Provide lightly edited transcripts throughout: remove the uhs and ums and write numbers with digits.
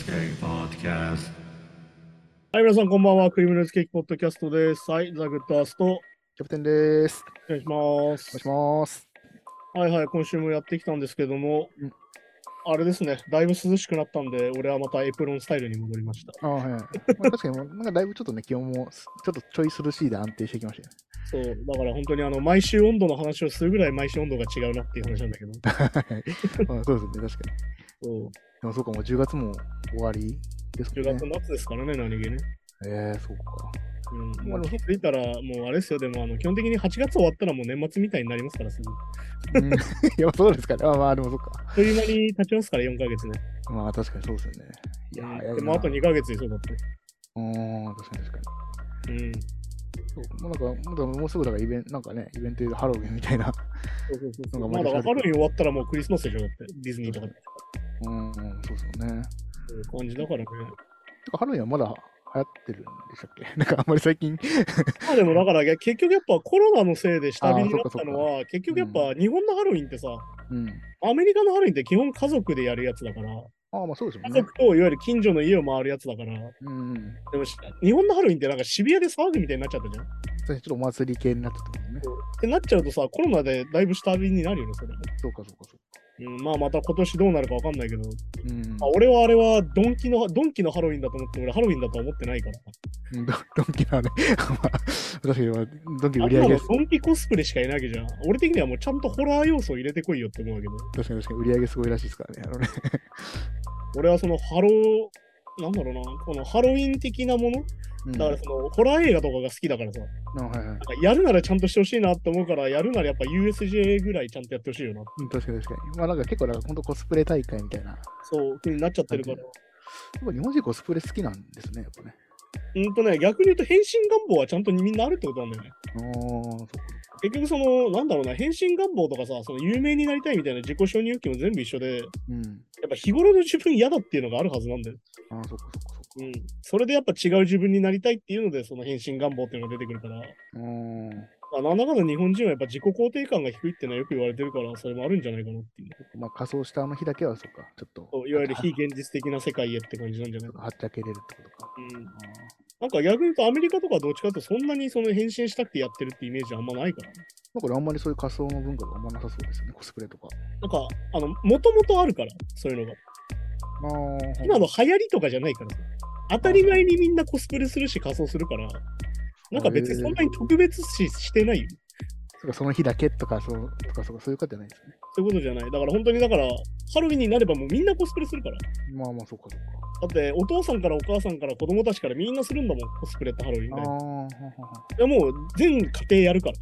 Cake Podcast. はい、皆さんこんばんは。クリームノイズケーキポッドキャストです。はい、ザ・グッドアースト、おキャプテンです。 願いしまお願いしす。 ます。 はいはい、今週もやってきたんですけども、 うんあれですね、だいぶ涼しくなったんで、俺はまたエプロンスタイルに戻りました。 はいはい。まあ、確かに、なんかだいぶちょっとね、気温もちょっとちょい涼しいで安定してきましたそう、だから本当に毎週温度の話をするぐらい毎週温度が違うなっていう話なんだけど。 よね。まあ、そうですね、確かに。 そう、 でもそうか、もう10月も終わりです 10 かね。 月末ですからね、何気ね。 そうか。 まあ、気づいたら、もうあれですよ、でも基本的に8月終わったらもう年末みたいになりますから、すぐ。 いや、そうですかね。まあ、でもそうか。 あっという間に経ちますから、4ヶ月ね。 まあ、確かにそうですよね。いや、早いな。 でもあと2ヶ月でそうだって。 確かに確かに。 うん。 そうもうなんか、もうすぐだからなんかね、イベントでハロウィンみたいな。 そうまあだからハロウィン終わったらもうクリスマスでしょ、だって。ディズニーとかで。 そうそうね。 そういう感じだからね。 ハロウィンはまだ流行ってるんでしたっけ？なんかあんまり最近まあでもだから結局やっぱコロナのせいで下火になったのあは、結局やっぱ日本のハロウィンってさ、 うん。 アメリカのハロウィンって基本家族でやるやつだから、 まあそうですも家んね。 族といわゆる近所の家を回るやつだから、 うん。 でも日本のハロウィンってなんか渋谷で騒ぐみたいになっちゃったじゃん。 ちょっとお祭り系になってたもんね。 ってなっちゃうとさ、コロナでだいぶ下火になるよね、それ。 そうかそうかそうか。 まあまた今年どうなるかわかんないけど、 うん。 俺はあれはドンキのハロウィンだと思って、俺ハロウィンだとは思ってないから。 ドンキのね、まあ確かにドンキ売あんなり上げのドンキコスプレしかいないわけじゃん。俺的にはもうちゃんとホラー要素を入れてこいよって思うわけど。 確かに売り上げすごいらしいですからね。 俺はそのなんだろうな、このハロウィン的なもの、だからそのホラー映画とかが好きだからさ、 はいはい。 なんかやるならちゃんとしてほしいなって思うから、やるならやっぱ USJ ぐらいちゃんとやってほしいよな。 確かに確かに。まあなんか結構本当コスプレ大会みたいな。 そう、風になっちゃってるから。 やっぱ日本人コスプレ好きなんですね、やっぱね。 逆に言うと変身願望はちゃんとみんなあるってことなんだよね。 そうか。 結局なんだろうな、変身願望とかさ、その有名になりたいみたいな自己承認欲求も全部一緒で、やっぱ日頃の自分嫌だっていうのがあるはずなんだよ。 そうかそうか。 それでやっぱ違う自分になりたいっていうので、その変身願望っていうのが出てくるから、まあ、なんだかんだ日本人はやっぱ自己肯定感が低いっていうのはよく言われてるから、それもあるんじゃないかなっていう。 まあ仮装したあの日だけはそうか、ちょっと。 いわゆる非現実的な世界へって感じなんじゃないかな。 はっちゃけれるってことか。 なんか逆に言うとアメリカとかはどっちかというとそんなにその変身したくてやってるってイメージあんまないからね。 これあんまりそういう仮装の文化があんまなさそうですよね、コスプレとか。 なんか、もともとあるから、そういうのが。今の流行りとかじゃないからさ。当たり前にみんなコスプレするし仮装するから、なんか別にそんなに特別視してないよ。 その日だけとか、そういうことじゃないですよね。 そういうことじゃない。だから本当にハロウィンになればもうみんなコスプレするから。 まあそうかそうか。 だってお父さんからお母さんから子供たちからみんなするんだもん、コスプレってハロウィンね。いやもう全家庭やるから。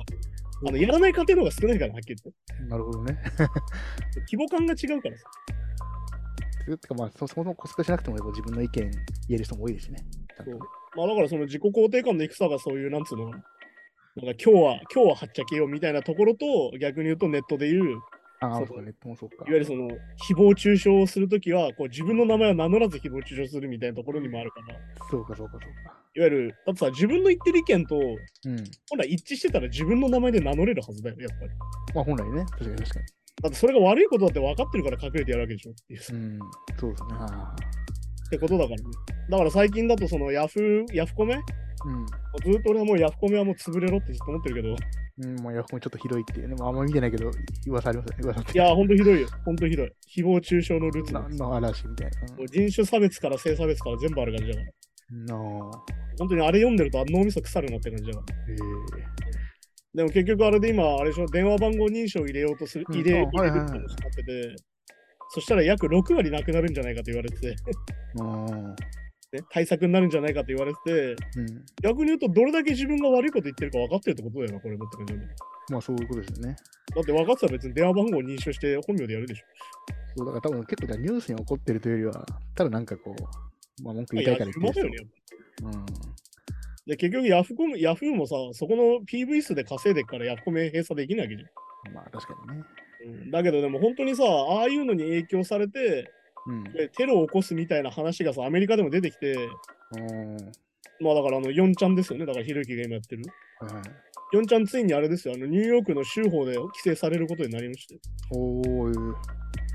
やらない家庭の方が少ないから、はっきり言って。 なるほどね。 規模感が違うからさ。 てかまあ、そもそもコスプレしなくても自分の意見言える人も多いですしね。 まあだからその自己肯定感の低さがそういう、なんつうの、なんか今日ははっちゃけようみたいなところと、逆に言うとネットで言う、 そうか、ネットもそうか。 いわゆるその、誹謗中傷をするときは、こう自分の名前を名乗らず誹謗中傷するみたいなところにもあるから。 そうか。いわゆる、だってさ、自分の言ってる意見と、本来一致してたら自分の名前で名乗れるはずだよね、やっぱり。 まあ本来ね、確かに。 だってそれが悪いことだって分かってるから隠れてやるわけでしょっていう。 そうですね。 ってことだからね。だから最近だとそのヤフコメずっと俺はもうヤフコメはもう潰れろってずっと思ってるけど。 まあヤフコメちょっとひどいっていうね。あんまり見てないけど、噂ありますよね。 いや、ほんとひどいよ。ほんとひどい。誹謗中傷のルーツの嵐みたいな。 もう人種差別から性差別から全部ある感じだから。本当にあれ読んでると脳みそ腐るなって感じだから。でも結局あれで今、あれでしょ、電話番号認証を入れようとする、入れるってなってて、そしたら約6割なくなるんじゃないかと言われてて、対策になるんじゃないかと言われてて、逆に言うとどれだけ自分が悪いこと言ってるか分かってるってことだよな、これもって感じだね。 まあそういうことですよね。 だって分かってたら別に電話番号を認証して本名でやるでしょ。 そうだから多分結構ニュースに起こってるというよりは、ただなんかこう、まあ文句言いたいから言ってる人。 で、結局ヤフーもさ、そこの PV 数で稼いでるからヤフコメ閉鎖できないわけじゃん。 まあ確かにね。 だけどでも本当にさ、ああいうのに影響されて、テロを起こすみたいな話がさ、アメリカでも出てきて、まあだから4ちゃんですよね。だからひろゆきが今やってる。4ちゃんついにあれですよ。ニューヨークの州法で規制されることになりまして。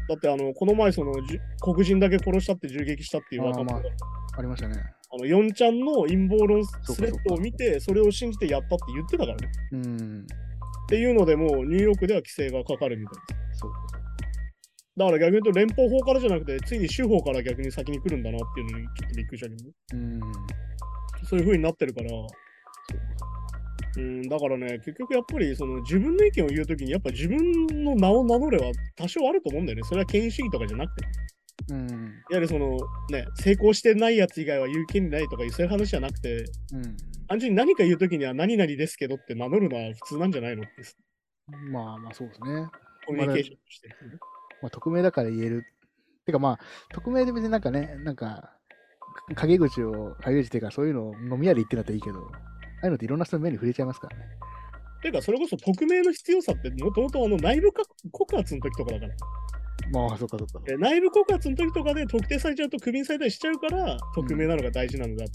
だってこの前黒人だけ殺したって銃撃したっていうありましたね。 4ちゃんの陰謀論スレッドを見て、それを信じてやったって言ってたからね。っていうので、もうニューヨークでは規制がかかるみたいです。そうだから逆に言うと連邦法からじゃなくて、ついに州法から逆に先に来るんだなっていうのにちょっとびっくりしたけどね。そういう風になってるから、だからね、結局やっぱり自分の意見を言うときに、やっぱ自分の名を名乗れは多少あると思うんだよね。それは権威主義とかじゃなくて。やはり成功してないやつ以外は言う権利ないとかいうそういう話じゃなくて、単純に何か言うときには何々ですけどって名乗るのは普通なんじゃないのって。 まあそうですね。 コミュニケーションとして。 匿名だから言える。てか匿名で別に陰口っていうかそういうのを飲み屋で言ってんだったらいいけど、ああいうのっていろんな人の目に触れちゃいますからね。 ていうか、それこそ匿名の必要さってもともと内部告発の時とかだから。 そっか。 内部告発の時とかで特定されちゃうとクビにされたりしちゃうから、匿名なのが大事なんだって。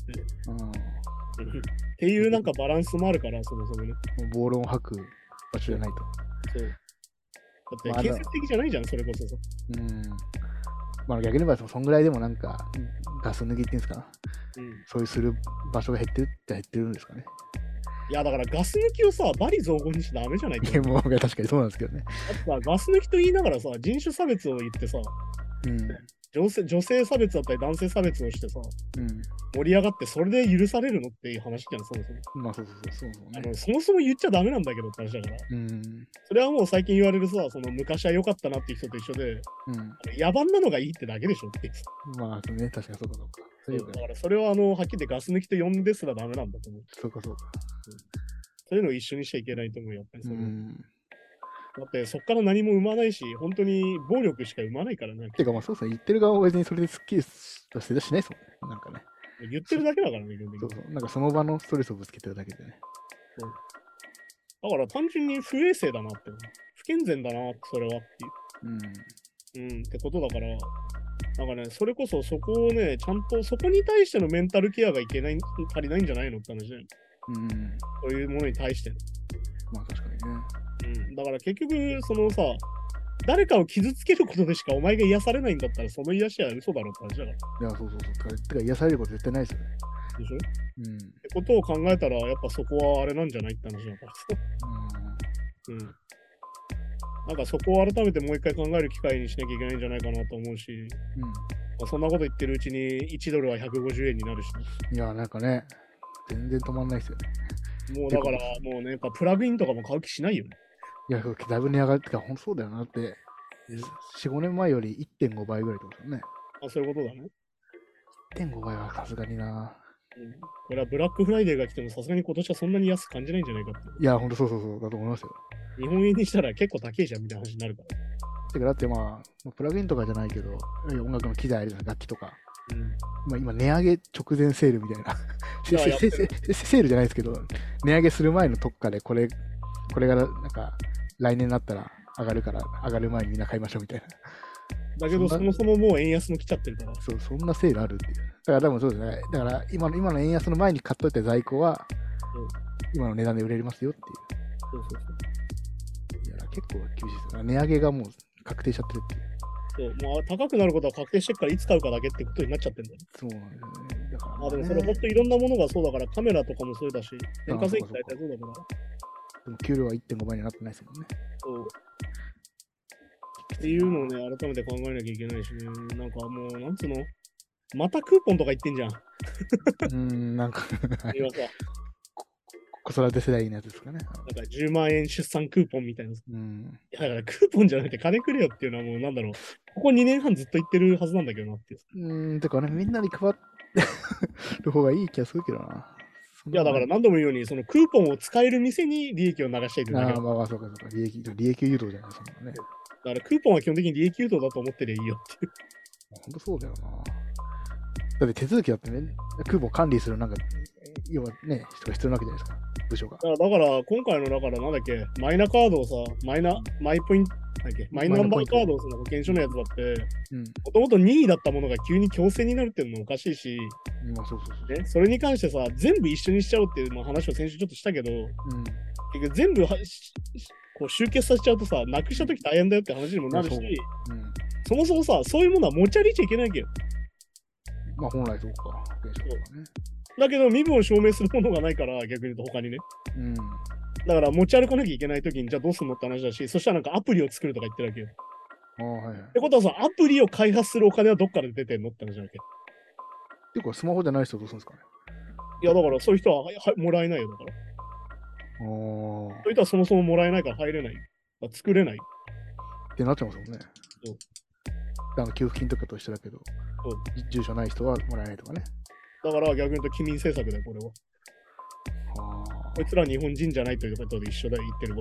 っていうバランスもあるから、そもそもね。 暴論を吐く場所じゃないと。そう。 だって建設的じゃないじゃん、それこそさ。 逆に言えばそんぐらいでもガス抜きっていうんですか、そういうする場所が減ってるんですかね。 いやだからガス抜きをさ、罵詈雑言にしちゃダメじゃないか。 もう確かにそうなんですけどね。 だってガス抜きと言いながらさ、人種差別を言ってさ、女性差別だったり男性差別をしてさ、盛り上がってそれで許されるのっていう話じゃん、そもそも。そもそも言っちゃダメなんだけどって話だから。それはもう最近言われるさ、昔は良かったなっていう人と一緒で、野蛮なのがいいってだけでしょって。 確かにそうかそうか。 だからそれははっきり言ってガス抜きと呼んですらダメなんだと思う。 そうか。 そういうのを一緒にしちゃいけないと思うよ、やっぱりだってそっから何も生まないし、本当に暴力しか生まないからね。 てかそう言ってる側は別にそれですっきりとしてしないですもんね。 言ってるだけだからね、 その場のストレスをぶつけてるだけでね。 だから単純に不衛生だなって、不健全だな、それはっていう。ってことだから、それこそそこをね、ちゃんとそこに対してのメンタルケアが足りないんじゃないのって話だよ。そういうものに対して。 確かにね。 だから結局、誰かを傷つけることでしかお前が癒されないんだったら、その癒しは嘘だろって話だから。 いや、そう。てか癒されること絶対ないですよね。 でしょってことを考えたら、やっぱそこはあれなんじゃないって話だからさ。そこを改めてもう一回考える機会にしなきゃいけないんじゃないかなと思うし、そんなこと言ってるうちに1ドルは150円になるし、ね。 いや、全然止まんないですよね。 もうだから、もうね、やっぱプラグインとかも買う気しないよね。 いや、だいぶ値上がってか、ほんとそうだよなって、4、5年前より 1.5 倍ぐらいってことだね。 そういうことだね。 1.5 倍はさすがにな。 これはブラックフライデーが来てもさすがに今年はそんなに安く感じないんじゃないかって。 いや、ほんとそうだと思いますよ。 日本円にしたら結構高いじゃんみたいな話になるから。 てかだってプラグインとかじゃないけど、音楽の機材あるじゃん、楽器とか。今値上げ直前セールみたいな。セールじゃないですけど、値上げする前の特価でこれが来年になったら上がるから上がる前にみんな買いましょうみたいな。 だけどそもそももう円安も来ちゃってるから。 そんなセールあるっていう。だから多分そうですね。だから今の円安の前に買っといた在庫は、今の値段で売れますよっていう。いや、結構厳しいです。値上げがもう確定しちゃってるっていう。 高くなることは確定してるからいつ買うかだけってことになっちゃってるんだよ。 そうなんですね。だからでもそれ本当いろんなものがそうだから、カメラとかもそうだし、電化製品大体そうだから。 でも給料は 1.5 倍になってないですもんね。 っていうのをね、改めて考えなきゃいけないしね。もう、なんつうの、またクーポンとか言ってんじゃん。今さ、 子育て世代のやつですかね。 10万円出産クーポンみたいな。だからクーポンじゃなくて金くれよっていうのはもうここ2年半ずっと言ってるはずなんだけどなっていう。 てかね、みんなに配ってる方がいい気がするけどな。 いや、だから何度も言うように、そのクーポンを使える店に利益を流しているんだけど。 そうか。利益誘導じゃないですかね。 だからクーポンは基本的に利益誘導だと思ってりゃいいよっていう。 ほんとそうだよな。だって手続きだってね、クーポン管理する要はね、人が必要なわけじゃないですか。部署が。 だから今回のなんだっけ、マイナカードをさ、マイナンバーカードを保険証のやつだって、もともと任意だったものが急に強制になるっていうのもおかしいし、それに関してさ、全部一緒にしちゃおうっていう話を先週ちょっとしたけど、結局全部こう集結させちゃうとさ、なくしたとき大変だよって話にもなるし、 そもそもさ、そういうものは持ち歩いちゃいけないわけよ。 まあ本来そうか。 だけど身分を証明するものがないから、逆に言うと他にね。 うん。 だから持ち歩かなきゃいけないときに、じゃあどうするのって話だし、そしたらなんかアプリを作るとか言ってるわけよ。 はい。 ってことはさ、アプリを開発するお金はどっから出てんのって話じゃなきゃ。 ていうか、スマホじゃない人はどうするんですかね。 いや、だからそういう人はもらえないよ、だから。そういう人はそもそももらえないから入れない。作れない。 ってなっちゃいますもんね。給付金とかと一緒だけど、住所ない人はもらえないとかね。 だから逆に言うと、機民政策だよ、これは。こいつら日本人じゃないということで一緒だよ、言ってること。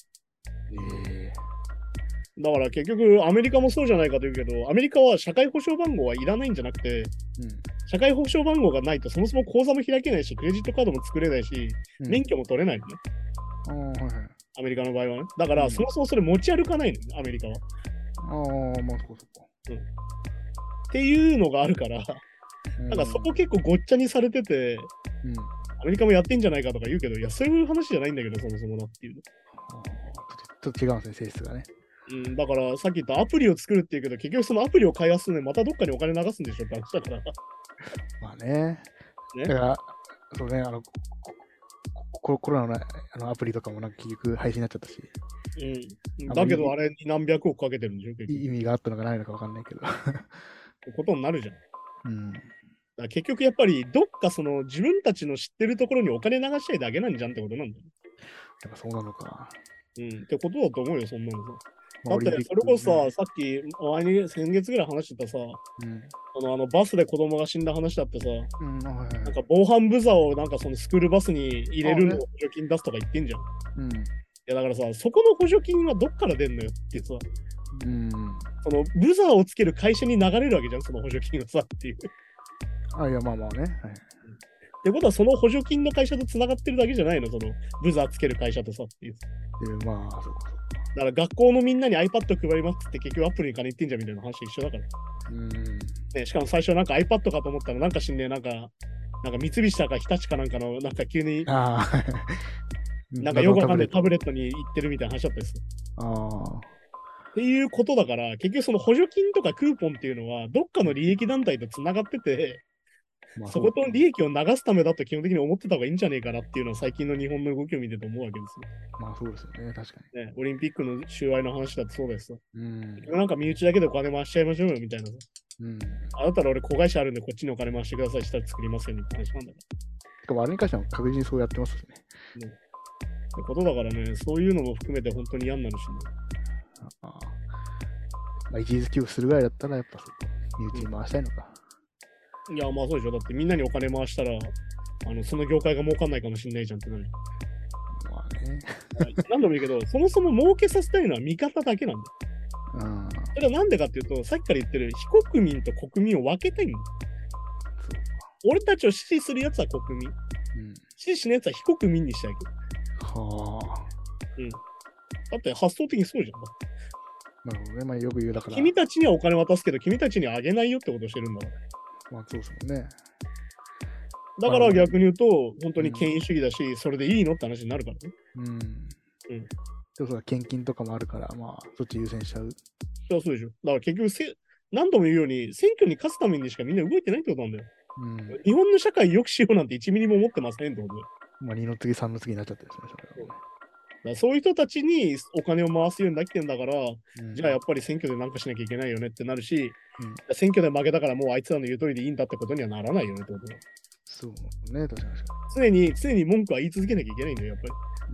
だから結局、アメリカもそうじゃないかというけど、アメリカは社会保障番号はいらないんじゃなくて、社会保障番号がないとそもそも口座も開けないし、クレジットカードも作れないし、免許も取れないのね。アメリカの場合はね。だから、そもそもそれ持ち歩かないのね、アメリカは。 まあそこそこ。 っていうのがあるから、なんかそこ結構ごっちゃにされてて、アメリカもやってんじゃないかとか言うけど、いや、そういう話じゃないんだけど、そもそもなっていう。 ちょっと違うんですね、性質がね。 だからさっき言ったアプリを作るっていうけど、結局そのアプリを開発するのにまたどっかにお金流すんでしょって話だから。 まあね。だから、そうね、コロナのアプリとかもなんか結局廃止になっちゃったし。 だけどあれに何百億かけてるんでしょ、 結局。意味があったのかないのか分かんないけど。 ってことになるじゃん。だ結局やっぱりどっかその自分たちの知ってるところにお金流したいだけなんじゃんってことなんだよ。 やっぱそうなのか。 ってことだと思うよ、そんなのさ。だって、それこそさ、さっき、先月ぐらい話してたさ、バスで子供が死んだ話だってさ、なんか防犯ブザーをなんかそのスクールバスに入れるのを補助金出すとか言ってんじゃん。いやだからさ、そこの補助金はどっから出んのよってさ、そのブザーをつける会社に流れるわけじゃん、その補助金がさっていう。 いや、まあまあね。 ってことは、その補助金の会社とつながってるだけじゃないの、そのブザーつける会社とさっていう。 まあ、そうか。 だから学校のみんなに iPad 配りますって結局アプリに金言ってんじゃんみたいな話一緒だから。ね、しかも最初なんか iPad かと思ったらなんか死んでなんか三菱だか日立かなんかのなんか急になんかよくわかんないタブレットに行ってるみたいな話だったです。っていうことだから結局その補助金とかクーポンっていうのはどっかの利益団体とつながってて、そことの利益を流すためだと基本的に思ってた方がいいんじゃねえかなっていうのは最近の日本の動きを見てて思うわけですよ。 まあそうですよね、確かに。 オリンピックの収賄の話だってそうですよ。なんか身内だけでお金回しちゃいましょうよみたいな。あなたら俺子会社あるんでこっちにお金回してくださいしたら作りますよみたいな話なんだから。 しかもあれに関しては確実にそうやってますよね。 ってことだからね、そういうのも含めて本当に嫌になるしね。 まあ、一時給付するぐらいだったらやっぱ身内に回したいのか。 いや、まあそうでしょ。だってみんなにお金回したら、その業界が儲かんないかもしれないじゃんってなる。 まあね。 何度も言うけど、そもそも儲けさせたいのは味方だけなんだよ。それはなんでかっていうと、さっきから言ってる非国民と国民を分けたいんだよ。俺たちを支持するやつは国民。支持しないやつは非国民にしてあげる。だって発想的にそうじゃん。 なるほどね。まあよく言うだから。 君たちにはお金渡すけど、君たちにはあげないよってことをしてるんだから。 まあそうですもんね。 だから逆に言うと、本当に権威主義だし、それでいいのって話になるからね。 でもそ献金とかもあるから、まあそっち優先しちゃう。 そうでしょ。だから結局何度も言うように、選挙に勝つためにしかみんな動いてないってことなんだよ。日本の社会良くしようなんて1ミリも思ってませんってことだよ。 まあ2の次3の次になっちゃってるんですね、それは。 そういう人たちにお金を回すようになってんだから、じゃあやっぱり選挙で何かしなきゃいけないよねってなるし、選挙で負けたからもうあいつらの言う通りでいいんだってことにはならないよねってことだ。 そうね、確かに。常に文句は言い続けなきゃいけないんだよ、やっぱ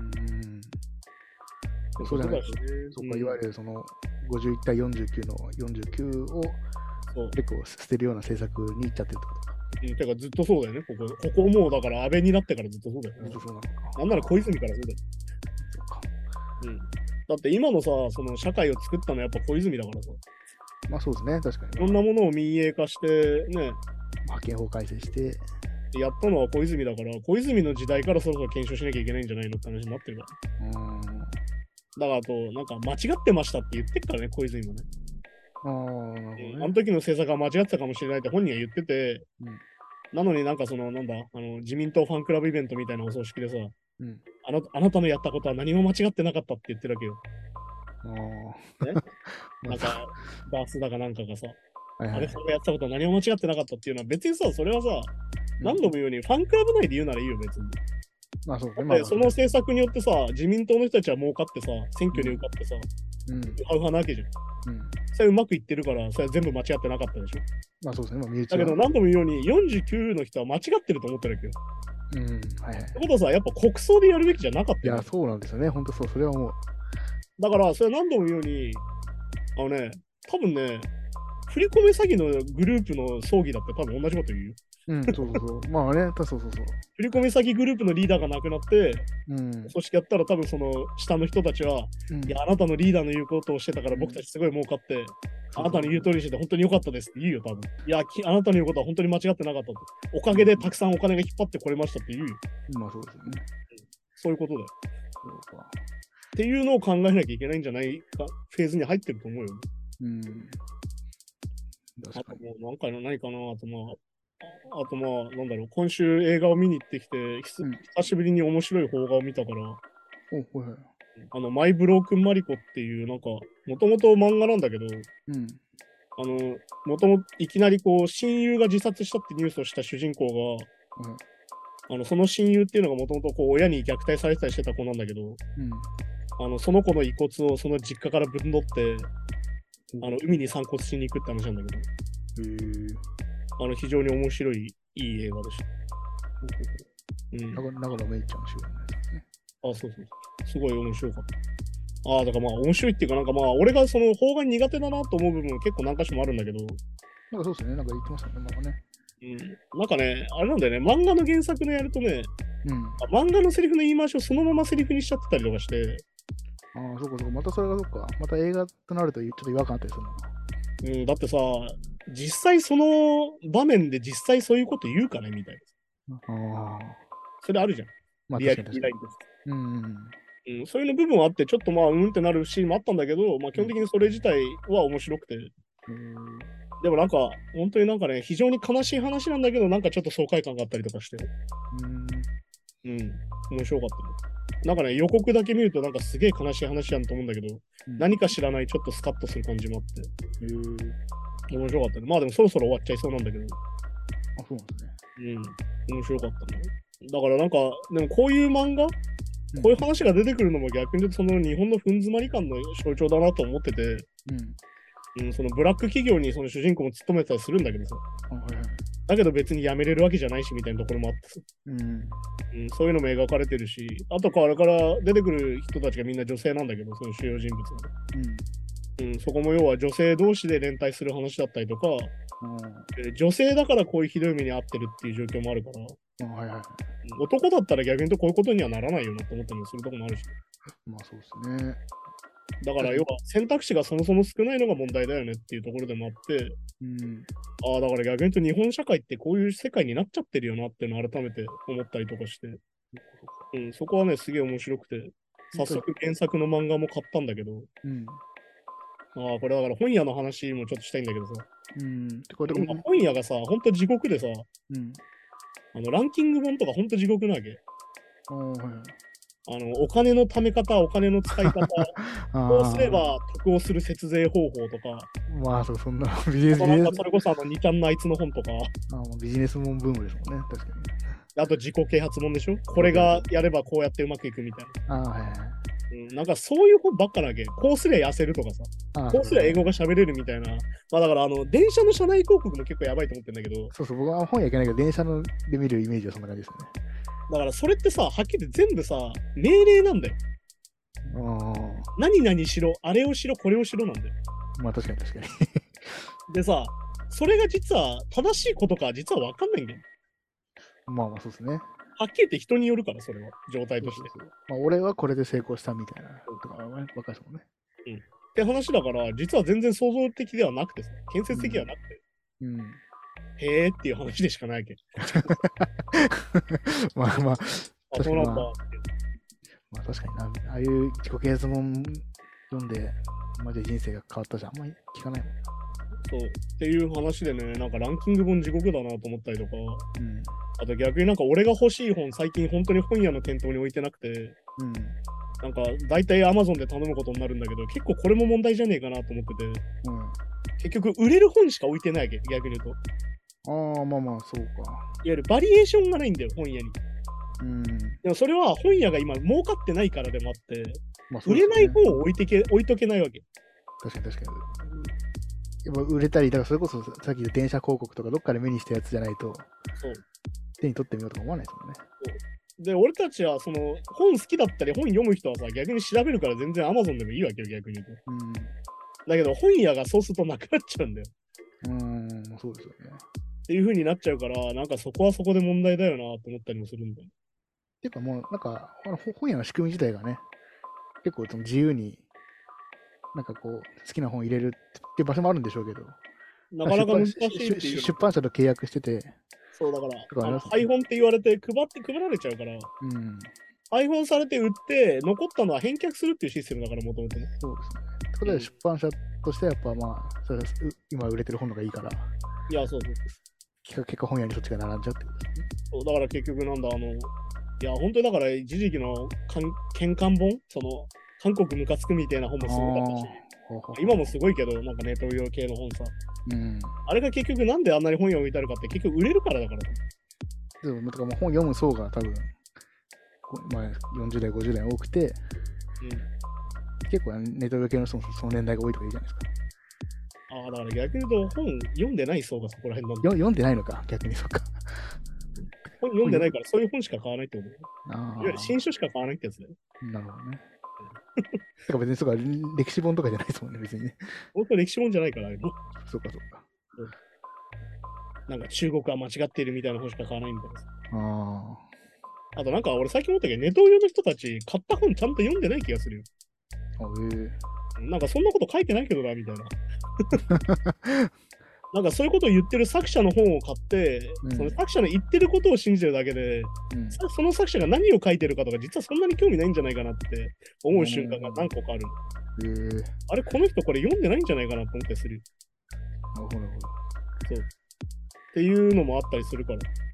り。そうじゃないですね。そっか、いわゆるその51対49の49を結構捨てるような政策にいっちゃってるってことか。 てかずっとそうだよね、ここもうだから安倍になってからずっとそうだよね。なんなら小泉からそうだよ。だって今のさ、その社会を作ったのはやっぱ小泉だからさ。 まあそうですね、確かに。 いろんなものを民営化してね。 派遣法改正して。 やったのは小泉だから、小泉の時代からそろそろ検証しなきゃいけないんじゃないのって話になってるから。だからあと、なんか間違ってましたって言ってっからね、小泉もね。あの時の政策は間違ってたかもしれないって本人は言ってて、なのになんかその、自民党ファンクラブイベントみたいなお葬式でさ、あなたのやったことは何も間違ってなかったって言ってるわけよ。 なんか、バースだかなんかがさ、あれさんがやってたことは何も間違ってなかったっていうのは、別にさ、それはさ、何度も言うように、ファンクラブ内で言うならいいよ、別に。 まあそうですね。 その政策によってさ、自民党の人たちは儲かってさ、選挙に受かってさ、ウハウハなわけじゃん。それうまくいってるから、それは全部間違ってなかったでしょ。 まあそうですね。身内だけど何度も言うように、49の人は間違ってると思ってるわけよ。ってことはさ、やっぱ国葬でやるべきじゃなかったよ。いや、そうなんですよね。本当そう、それはもう。 だから、それは何度も言うように、多分ね、振り込め詐欺のグループの葬儀だって多分同じこと言うよ。 そうそうそう。まあね、そうそうそう。 振り込め詐欺グループのリーダーが亡くなって、組織やったら多分その下の人たちは、いや、あなたのリーダーの言うことをしてたから僕たちすごい儲かって、あなたの言う通りしてて本当に良かったですって言うよ、多分。いや、あなたの言うことは本当に間違ってなかったって。おかげでたくさんお金が引っ張ってこれましたって言うよ。 まあそうですよね。 そういうことだよ。そうか。っていうのを考えなきゃいけないんじゃないか、フェーズに入ってると思うよ。あともう何回の何かな、あとなんだろう、今週映画を見に行ってきて、久しぶりに面白い邦画を見たから、マイ・ブロークン・マリコっていう、なんか、もともと漫画なんだけど、もともといきなりこう、親友が自殺したってニュースをした主人公が、その親友っていうのがもともと親に虐待されてたりしてた子なんだけど、その子の遺骨をその実家からぶんどって、海に散骨しに行くって話なんだけど、非常に面白い、いい映画でした。 長野めいちゃんの主演のやつですね。 そうそう。すごい面白かった。だからまあ面白いっていうか、なんかまあ、俺がその邦画に苦手だなと思う部分結構何か所もあるんだけど。 なんかそうですね、なんか言ってましたね、なんかね。 なんかね、あれなんだよね、漫画の原作のやるとね、漫画のセリフの言い回しをそのままセリフにしちゃってたりとかして。 そうか、またそれがそうか。また映画となるとちょっと違和感あったりするのか。 だってさ、実際その場面で実際そういうこと言うかねみたいな。それあるじゃん。 まあ、 リアリティラインです。そういうの部分はあって、ちょっとまあ、ってなるシーンもあったんだけど、まあ、基本的にそれ自体は面白くて。でもなんか、本当になんかね、非常に悲しい話なんだけど、なんかちょっと爽快感があったりとかして。面白かったね。なんかね、予告だけ見るとなんかすげえ悲しい話やんと思うんだけど、何か知らないちょっとスカッとする感じもあって。面白かったね。まあでもそろそろ終わっちゃいそうなんだけど。 そうなんですね。 面白かったね。だからなんか、でもこういう漫画、こういう話が出てくるのも逆に言うとその日本のふん詰まり感の象徴だなと思ってて、そのブラック企業にその主人公も勤めてたりするんだけどさ。だけど別に辞めれるわけじゃないしみたいなところもあってさ。そういうのも描かれてるし、あとから出てくる人たちがみんな女性なんだけど、その主要人物が。そこも要は女性同士で連帯する話だったりとか、女性だからこういうひどい目に遭ってるっていう状況もあるから、男だったら逆に言うとこういうことにはならないよなと思ったりするとこもあるし。 まあそうですね。 だから要は選択肢がそもそも少ないのが問題だよねっていうところでもあって、だから逆に言うと日本社会ってこういう世界になっちゃってるよなっていうのを改めて思ったりとかして、そこはね、すげえ面白くて、早速原作の漫画も買ったんだけど、これだから本屋の話もちょっとしたいんだけどさ、本屋がさ、ほんと地獄でさ、ランキング本とかほんと地獄なわけ。お金の貯め方、お金の使い方、こうすれば得をする節税方法とか、 まあそんなビジネスそれこそ2ちゃんのあいつの本とか、 ビジネスもんブームですもんね、確かに。 あと自己啓発本でしょ、これがやればこうやってうまくいくみたいな。なんかそういう本ばっかなわけ。こうすりゃ痩せるとかさ、こうすりゃ英語が喋れるみたいな。まあだから電車の車内広告も結構やばいと思ってるんだけど。 僕は本屋行けないけど、電車で見るイメージはそんな感じですよね。 だからそれってさ、はっきり言って全部さ、命令なんだよ。何々しろ、あれをしろ、これをしろなんだよ。 まあ確かに。 でさ、それが実は正しいことか実は分かんないんだよ。 まあそうですね。 はっきり言って人によるから、それは、状態として。 俺はこれで成功したみたいなとか分かるですもんね。 って話だから、実は全然創造的ではなくてさ、建設的ではなくて。へーっていう話でしかないけど。そうなんだ。 まあ確かにな。ああいう自己啓発本読んで、マジで人生が変わったじゃん。あんまり聞かないもん。 そう。っていう話でね、なんかランキング本地獄だなと思ったりとか、あと逆になんか俺が欲しい本、最近本当に本屋の店頭に置いてなくて、 なんか大体 Amazon で頼むことになるんだけど、結構これも問題じゃねえかなと思ってて、結局売れる本しか置いてないわけ、逆に言うと。まあまあ、そうか。いわゆるバリエーションがないんだよ、本屋に。でもそれは本屋が今儲かってないからでもあって、売れない本を置いとけないわけ。 確かに。やっぱ売れたり、だからそれこそさっき言った電車広告とかどっかで目にしたやつじゃないと、手に取ってみようとか思わないですもんね。 で、俺たちはその本好きだったり本読む人はさ、逆に調べるから全然 Amazon でもいいわけよ、逆に言うと。だけど本屋がそうするとなくなっちゃうんだよ。 そうですよね。 っていう風になっちゃうから、なんかそこはそこで問題だよなと思ったりもするんだよ。 ていうかもう、なんか、本屋の仕組み自体がね、結構その自由に、なんかこう、好きな本入れるっていう場所もあるんでしょうけど、 なかなか難しいっていう。 出版社と契約してて、 そうだから、配本って言われて配られちゃうから、配本されて売って、残ったのは返却するっていうシステムだから、もともとね。 そうですね。ということで、出版社としてはやっぱまあ、それ今売れてる本のがいいから、 いや、そう。 結果本屋にそっちが並んじゃうってことですね。 そう、だから結局なんだ、いや、本当にだから、一時期の喧嘩本、その、韓国ムカつくみたいな本もすごかったし、今もすごいけど、なんかネット用系の本さ。あれが結局なんであんなに本読みたるかって結局売れるからだから。 でも、もう本読む層が多分、まあ、40代、50代多くて、結構ネット用系の人もその年代が多いとか言うじゃないですか。 だから逆に言うと本読んでない層がそこら辺なんだ。 読んでないのか、逆にそっか。 本読んでないからそういう本しか買わないってことだよ。いわゆる新書しか買わないってやつだよ。 なるほどね。だから別にそうか、歴史本とかじゃないですもんね、別にね。 本当は歴史本じゃないから、あれも。 そうか。 なんか中国は間違っているみたいな本しか買わないみたいな。あとなんか俺最近思ったけど、ネトウヨの人たち買った本ちゃんと読んでない気がするよ。なんかそんなこと書いてないけどな、みたいな。なんかそういうことを言ってる作者の本を買って、その作者の言ってることを信じてるだけで、その作者が何を書いてるかとか、実はそんなに興味ないんじゃないかなって思う瞬間が何個かあるの。あれ、この人これ読んでないんじゃないかなと思ったりする。 なるほど。 そう。っていうのもあったりするから。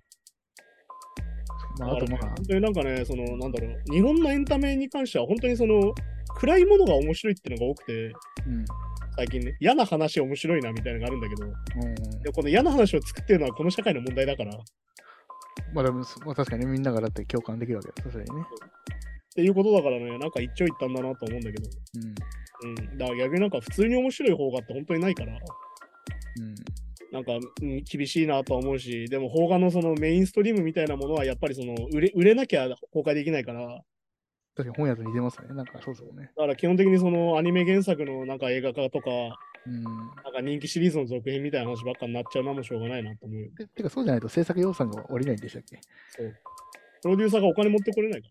あと本当になんかね、なんだろう、日本のエンタメに関しては本当に暗いものが面白いっていうのが多くて、最近ね、嫌な話面白いなみたいなのがあるんだけど、でこの嫌な話を作ってるのはこの社会の問題だから。 まあでも、確かにみんながだって共感できるわけだ、それにね。 っていうことだからね、なんか一長一短だなと思うんだけど。だから逆になんか普通に面白い方がって本当にないから。なんか、厳しいなとは思うし、でも邦画のそのメインストリームみたいなものはやっぱり売れなきゃ公開できないから。 確かに本屋と似てますね。なんかそうそうね。 だから基本的にアニメ原作のなんか映画化とか、なんか人気シリーズの続編みたいな話ばっかになっちゃうのもしょうがないなと思う。 てかそうじゃないと制作予算が下りないんでしたっけ？ そう。プロデューサーがお金持ってこれないから。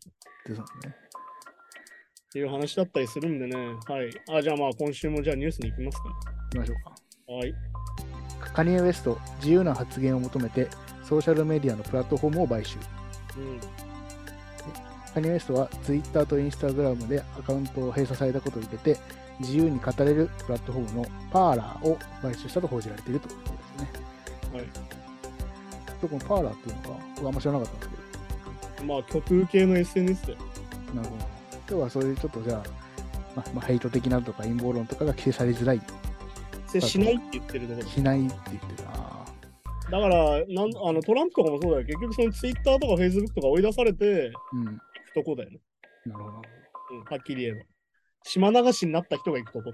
ですね。 っていう話だったりするんでね。はい。じゃあまあ今週もじゃあニュースに行きますかね。 行きましょうか。 はい。 カニエ・ウェスト、自由な発言を求めてソーシャルメディアのプラットフォームを買収。カニエ・ウェストは Twitter と Instagram でアカウントを閉鎖されたことを受けて、自由に語れるプラットフォームのパーラーを買収したと報じられているということですね。 はい。 このパーラーっていうのが僕あんま知らなかったんですけど。まあ曲系の SNS で。 なるほど。今日はそういうちょっとじゃあ、ヘイト的なとか陰謀論とかが規制されづらい。 しないって言ってるところ。 しないって言ってる。 だからトランプとかもそうだよ。結局ツイッターとかフェイスブックとか追い出されて、行くとこだよね。 なるほど。 はっきり言えば。島流しになった人が行くとこ。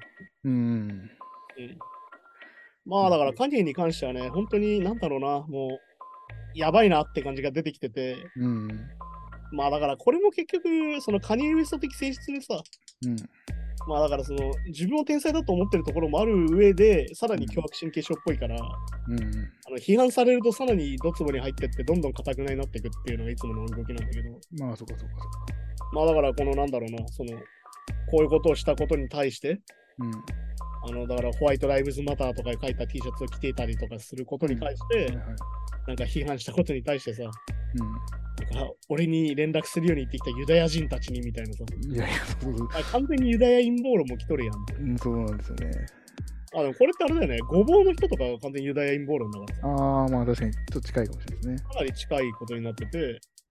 まあだからカニエに関してはね、本当になんだろうな、もう、やばいなって感じが出てきてて、まあだからこれも結局、カニエ・ウェスト的性質でさ、まあだから自分を天才だと思ってるところもある上で、さらに凶悪神経症っぽいから、批判されるとさらにドツボに入ってってどんどん堅くなになっていくっていうのがいつもの動きなんだけど。 まあそこ。 まあだからなんだろうな、こういうことをしたことに対して、だからホワイトライブズマターとか書いた T シャツを着ていたりとかすることに対して、なんか批判したことに対してさ、なんか俺に連絡するように言ってきたユダヤ人たちにみたいなさ。 いや完全にユダヤ陰謀論も来とるやん。 そうなんですよね。 でもこれってあれだよね、ごぼうの人とかが完全にユダヤ陰謀論だからさ。 まあ確かにちょっと近いかもしれないですね。 かなり近いことになってて、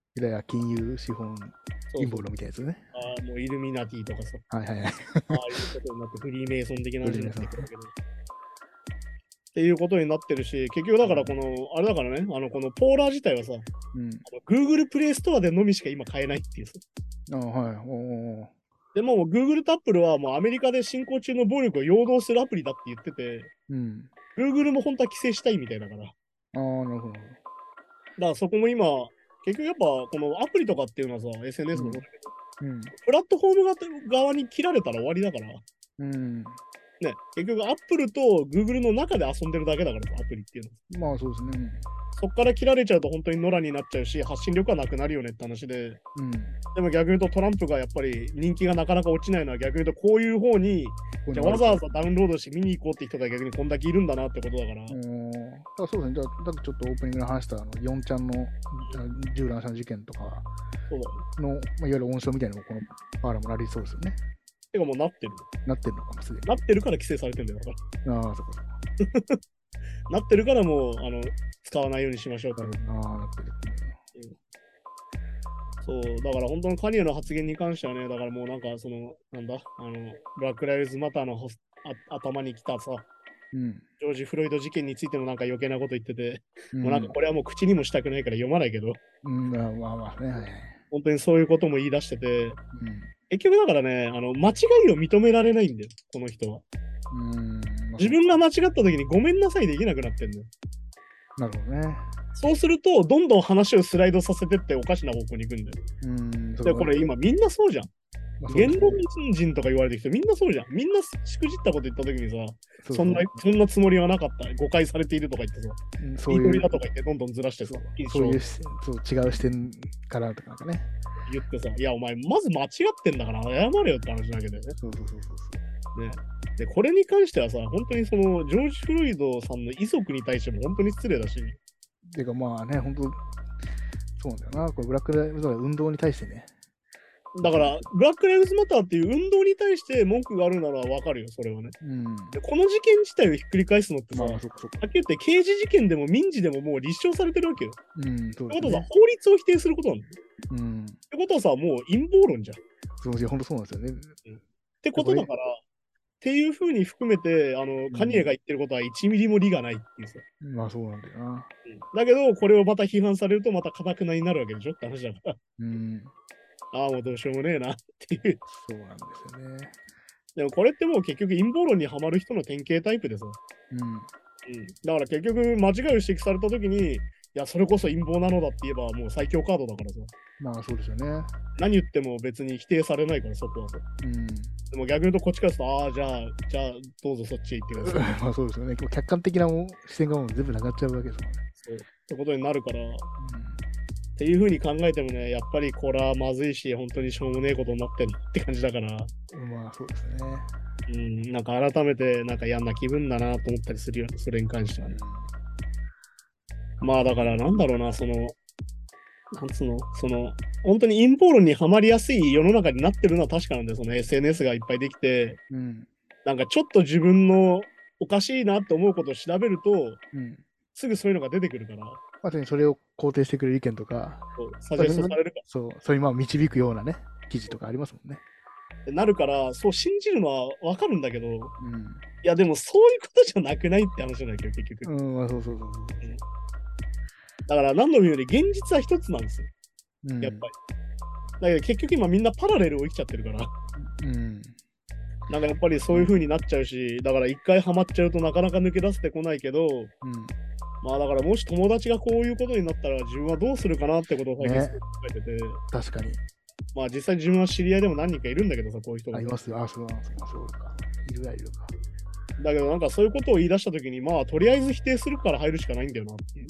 いや金融資本陰謀論みたいなやつね。 ああ、もうイルミナティとかさ。 はいはいはい。ああいうことになってフリーメイソン的な話になってくるけど。っていうことになってるし、結局だからこの、あれだからね、このポーラー自体はさ、Google プレイストアでのみしか今買えないっていうさ。 ああ、はい。 でも、Google と Apple はもうアメリカで進行中の暴力を陽動するアプリだって言ってて、Google も本当は規制したいみたいだから。ああ、なるほど。だからそこも今、結局やっぱこのアプリとかっていうのはさ、SNS もそうだけど、プラットフォーム側に切られたら終わりだから、ね、結局 Apple と Google の中で遊んでるだけだからさ、アプリっていうのは。まあそうですね。 そっから切られちゃうと本当に野良になっちゃうし、発信力はなくなるよねって話で、でも逆に言うとトランプがやっぱり人気がなかなか落ちないのは逆に言うとこういう方に、じゃわざわざダウンロードして見に行こうって人が逆にこんだけいるんだなってことだから。 そうですね。だってちょっとオープニングで話した4ちゃんの銃乱射事件とかの、いわゆる温床みたいなのもこのパーラもなりそうですよね。 てかもうなってる。 なってるのかもすでに。 なってるから規制されてるんだよ。だから。 ああ、そこそこ。 なってるからもう、使わないようにしましょうと。 ああ、なってる。 そう、だから本当のカニエの発言に関してはね、だからもうなんかその、なんだ、ブラック・ライブズ・マターの頭に来たさ、ジョージ・フロイド事件についてもなんか余計なこと言ってて、もうなんかこれはもう口にもしたくないから読まないけど、 まあね、 本当にそういうことも言い出してて、結局だからね、間違いを認められないんだよ、この人は。自分が間違った時にごめんなさいできなくなってんだよ。 なるほどね。 そうすると、どんどん話をスライドさせてっておかしな方向に行くんだよ。で、これ今みんなそうじゃん。言論人とか言われてる人みんなそうじゃん。みんなしくじったこと言った時にさ、そんなつもりはなかった。誤解されているとか言ってさ、そういうだとか言ってどんどんずらしてさ、 そういう違う視点からとかね。 言ってさ、いやお前まず間違ってんだから謝れよって話なわけだよね。ね。で、これに関してはさ、本当にそのジョージ・フロイドさんの遺族に対しても本当に失礼だし。 ていうかまあね、本当そうなんだよな。これブラックライブズマター運動に対してね。 だから、ブラック・ライブズ・マターっていう運動に対して文句があるならわかるよ、それはね。でこの事件自体をひっくり返すのってさ、はっきり言って刑事事件でも民事でももう立証されてるわけよ。ってことはさ、法律を否定することなんだよ。ってことはさ、もう陰謀論じゃん。 そう、本当そうなんですよね。 ってことだから、っていうふうに含めて、カニエが言ってることは1ミリも利がないっていうさ。 まあそうなんだよな。 だけど、これをまた批判されるとまた堅くなになるわけでしょって話だから。ああ、もうどうしようもねえなっていう。 そうなんですよね。 でもこれってもう結局陰謀論にはまる人の典型タイプでさ。だから結局間違いを指摘されたときに、いや、それこそ陰謀なのだって言えばもう最強カードだからさ。 まあそうですよね。 何言っても別に否定されないから、そこはさ。でも逆に言うとこっちからすると、じゃあどうぞそっちへ行ってください。 まあそうですよね。客観的な視線がもう全部なくなっちゃうわけですもんね。 そう。ってことになるから、っていうふうに考えてもね、やっぱりこれはまずいし、本当にしょうもねえことになってんって感じだから。 まあそうですね。 なんか改めてなんか嫌な気分だなと思ったりするよね、それに関してはね。まあだからなんだろうな、本当に陰謀論にはまりやすい世の中になってるのは確かなんで、その SNS がいっぱいできて、なんかちょっと自分のおかしいなって思うことを調べると、すぐそういうのが出てくるから。 まさにそれを肯定してくれる意見とか、 サジェストされるから。 そういう導くようなね、記事とかありますもんね。 なるから、そう信じるのはわかるんだけど、いやでもそういうことじゃなくないって話なんだけど、結局。 そう。 だから何度も言うより現実は一つなんですよ。やっぱり。だけど結局今みんなパラレルを生きちゃってるから。なんかやっぱりそういう風になっちゃうし、だから一回ハマっちゃうとなかなか抜け出せてこないけど、まあだからもし友達がこういうことになったら自分はどうするかなってことを最近考えてて。 確かに。 まあ実際自分は知り合いでも何人かいるんだけどさ、こういう人が。 いますよ。そうか。いるか。 だけどなんかそういうことを言い出したときに、まあとりあえず否定するから入るしかないんだよなっていう。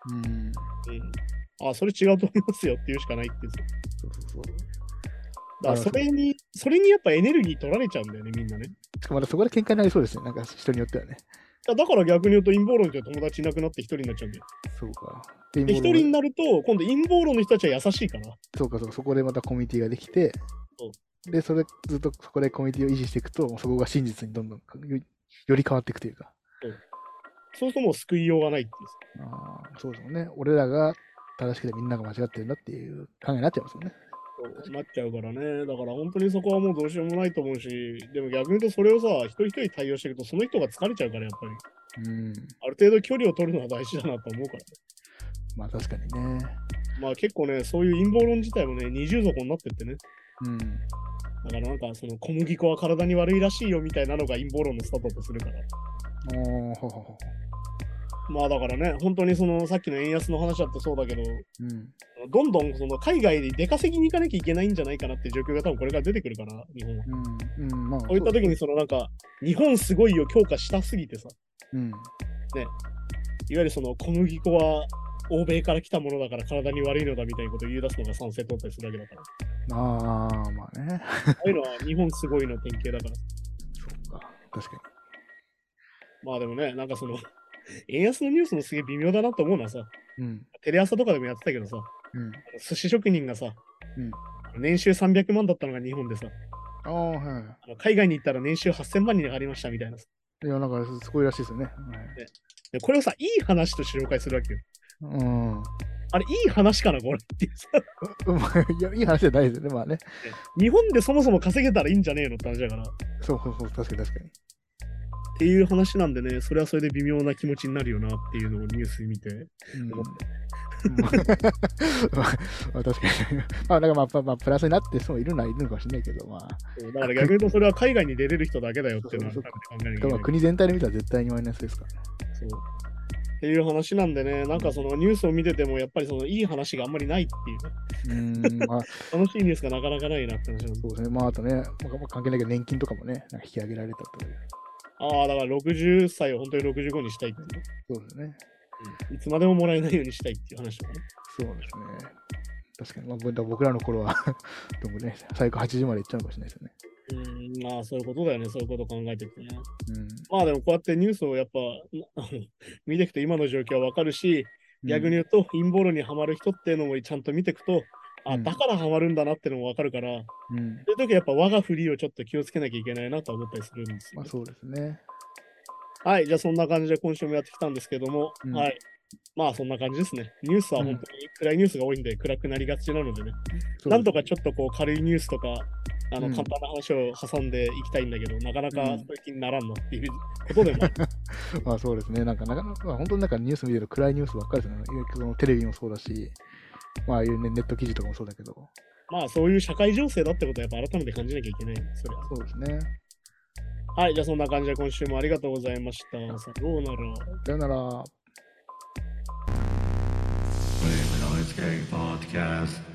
それ違うと思いますよって言うしかないっていう。そう。だからそれにやっぱエネルギー取られちゃうんだよね、みんなね。 しかもまだそこで喧嘩になりそうですね、なんか人によってはね。 だから逆に言うと陰謀論って友達いなくなって一人になっちゃうんだよ。 そうか。 で、一人になると、今度陰謀論の人たちは優しいから。 そうか、そこでまたコミュニティができて、で、ずっとそこでコミュニティを維持していくと、そこが真実にどんどんより変わっていくというか。 そうするともう救いようがないっていう。 そうですもんね。俺らが正しくてみんなが間違ってるんだっていう考えになっちゃいますよね。 そうなっちゃうからね。だから本当にそこはもうどうしようもないと思うし、でも逆に言うとそれをさ、一人一人対応していくと、その人が疲れちゃうから、やっぱり。ある程度距離を取るのは大事だなと思うからね。 まあ確かにね。 まあ結構ね、そういう陰謀論自体もね、二重底になってってね。だからなんかその小麦粉は体に悪いらしいよみたいなのが陰謀論のスタートとするから。まあだからね、本当にそのさっきの円安の話だってそうだけど、どんどんその海外に出稼ぎに行かなきゃいけないんじゃないかなって状況が多分これから出てくるから、日本は。そういった時にそのなんか、日本すごいよ強化したすぎてさ、ね、いわゆるその小麦粉は欧米から来たものだから体に悪いのだみたいなことを言い出すのが賛成取ったりするわけだから。 まあね。 ああいうのは日本すごいの典型だから。 そうか、確かに。 まあでもね、なんかその、円安のニュースもすげえ微妙だなと思うのはさ、テレ朝とかでもやってたけどさ、寿司職人がさ、年収300万だったのが日本でさ、海外に行ったら年収8000万に上がりましたみたいなさ。 いや、なんかすごいらしいですよね。 でこれをさ、いい話として紹介するわけよ。あれ、いい話かな、これってさ。いや、いい話じゃないですよね、まあね。 日本でそもそも稼げたらいいんじゃねえのって話だから。 そう、確かに。 っていう話なんでね、それはそれで微妙な気持ちになるよなっていうのをニュース見て思って。 まあ確かに。まあ、なんかまあ、プラスになって人もいるのはいるのかもしれないけど、まあ。 だから逆に言うと、それは海外に出れる人だけだよっていうのは考えなきゃいけない。 国全体で見たら絶対にマイナスですからね。 そう。っていう話なんでね、なんかそのニュースを見てても、やっぱりそのいい話があんまりないっていうね。楽しいニュースがなかなかないなって話なんで。 そうですね。まあ、あとね、関係ないけど、年金とかもね、なんか引き上げられたという。 だから60歳を本当に65にしたいっていう。 そうですね。 いつまでももらえないようにしたいっていう話とかね。 そうですね。確かに、まあ、僕らの頃はでもね、最高80までいっちゃうかもしれないですよね。まあそういうことだよね、そういうことを考えていくとね。まあでもこうやってニュースをやっぱ見ていくと今の状況はわかるし、逆に言うと陰謀論にはまる人っていうのもちゃんと見ていくと、だからハマるんだなってのもわかるから、そういう時はやっぱ我が振りをちょっと気をつけなきゃいけないなと思ったりするんですよ。 まあそうですね。 はい、じゃあそんな感じで今週もやってきたんですけども、はい。まあそんな感じですね。ニュースは本当に暗いニュースが多いんで暗くなりがちなのでね。なんとかちょっとこう軽いニュースとか、簡単な話を挟んでいきたいんだけど、なかなかそういう気にならんなっていうことでもまあそうですね。なんか本当になんかニュース見てると暗いニュースばっかりですね。テレビもそうだし、まあいうネット記事とかもそうだけど。 まあそういう社会情勢だってことはやっぱ改めて感じなきゃいけない。 そうですね。 はい、じゃあそんな感じで今週もありがとうございました。さようなら。 さようなら。